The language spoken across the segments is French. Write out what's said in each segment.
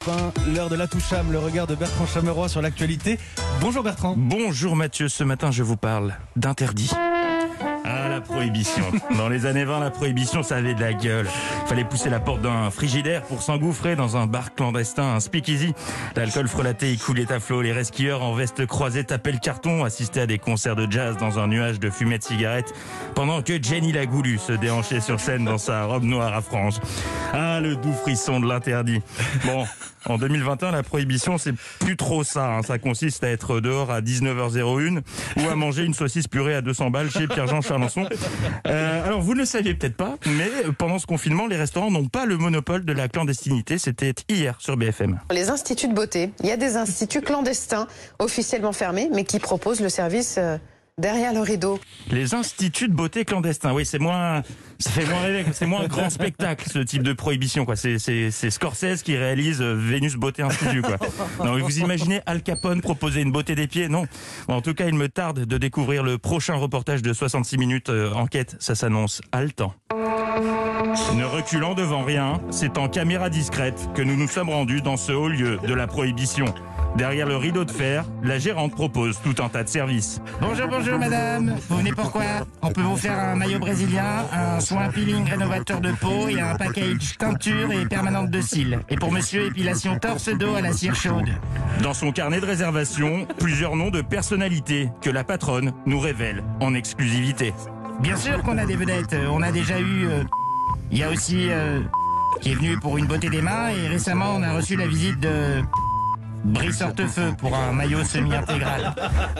L'heure de la Toucham, le regard de Bertrand Chameroy sur l'actualité. Bonjour Bertrand. Bonjour Mathieu, ce matin je vous parle d'interdit. Ah, la prohibition. Dans les années 20, la prohibition, ça avait de la gueule. Fallait pousser la porte d'un frigidaire pour s'engouffrer dans un bar clandestin, un speakeasy. L'alcool frelaté y coulait à flot. Les resquilleurs en veste croisée tapaient le carton, assistaient à des concerts de jazz dans un nuage de fumée de cigarettes, pendant que Jenny Lagoulu se déhanchait sur scène dans sa robe noire à franges. Ah, le doux frisson de l'interdit. Bon, en 2021, la prohibition, c'est plus trop ça. Ça consiste à être dehors à 19h01 ou à manger une saucisse purée à 200 balles chez Pierre-Jean Chalençon. Alors, vous ne le saviez peut-être pas, mais pendant ce confinement, les restaurants n'ont pas le monopole de la clandestinité. C'était hier sur BFM. Les instituts de beauté, il y a des instituts clandestins officiellement fermés, mais qui proposent le service derrière le rideau. Les instituts de beauté clandestins, oui, ça fait moins rêver, c'est moins un grand spectacle, ce type de prohibition, quoi. C'est Scorsese qui réalise Vénus Beauté Institut, quoi. Non, vous imaginez Al Capone proposer une beauté des pieds? Non. Bon, en tout cas, il me tarde de découvrir le prochain reportage de 66 minutes enquête. Ça s'annonce haletant. Ne reculant devant rien, c'est en caméra discrète que nous nous sommes rendus dans ce haut lieu de la prohibition. Derrière le rideau de fer, la gérante propose tout un tas de services. Bonjour madame, vous venez pourquoi? On peut vous faire un maillot brésilien, un soin peeling rénovateur de peau et un package teinture et permanente de cils. Et pour monsieur, épilation torse-dos à la cire chaude. Dans son carnet de réservation, plusieurs noms de personnalités que la patronne nous révèle en exclusivité. Bien sûr qu'on a des vedettes, on a déjà eu... Il y a aussi... qui est venu pour une beauté des mains et récemment on a reçu la visite de... Brice Hortefeux pour un maillot semi-intégral.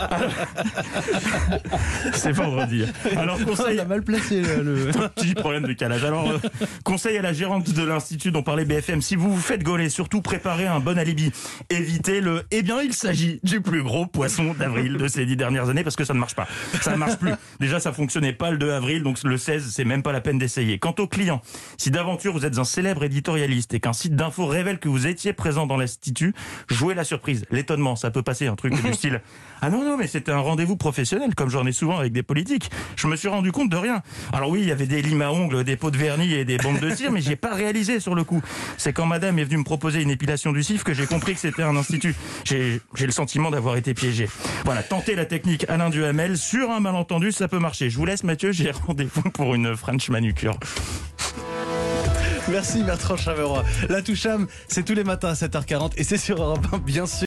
C'est vendredi. Alors conseil... On a mal placé le... Petit problème de calage. Alors conseil à la gérante de l'institut dont parlait BFM, si vous vous faites gauler, surtout préparez un bon alibi. Évitez le... Eh bien, il s'agit du plus gros poisson d'avril de ces 10 dernières années parce que ça ne marche pas. Ça ne marche plus. Déjà, ça fonctionnait pas le 2 avril, donc le 16, c'est même pas la peine d'essayer. Quant aux clients, si d'aventure vous êtes un célèbre éditorialiste et qu'un site d'info révèle que vous étiez présent dans l'institut, jouez la surprise, l'étonnement, ça peut passer, un truc du style « Ah non, mais c'était un rendez-vous professionnel, comme j'en ai souvent avec des politiques. Je me suis rendu compte de rien. » Alors oui, il y avait des limes à ongles, des pots de vernis et des bombes de cire, mais j'ai pas réalisé sur le coup. C'est quand madame est venue me proposer une épilation du cif que j'ai compris que c'était un institut. J'ai le sentiment d'avoir été piégé. Voilà, tentez la technique Alain Duhamel. Sur un malentendu, ça peut marcher. Je vous laisse Mathieu, j'ai rendez-vous pour une French manucure. Merci Bertrand Chameroy. La Toucham, c'est tous les matins à 7h40 et c'est sur Europe 1, bien sûr.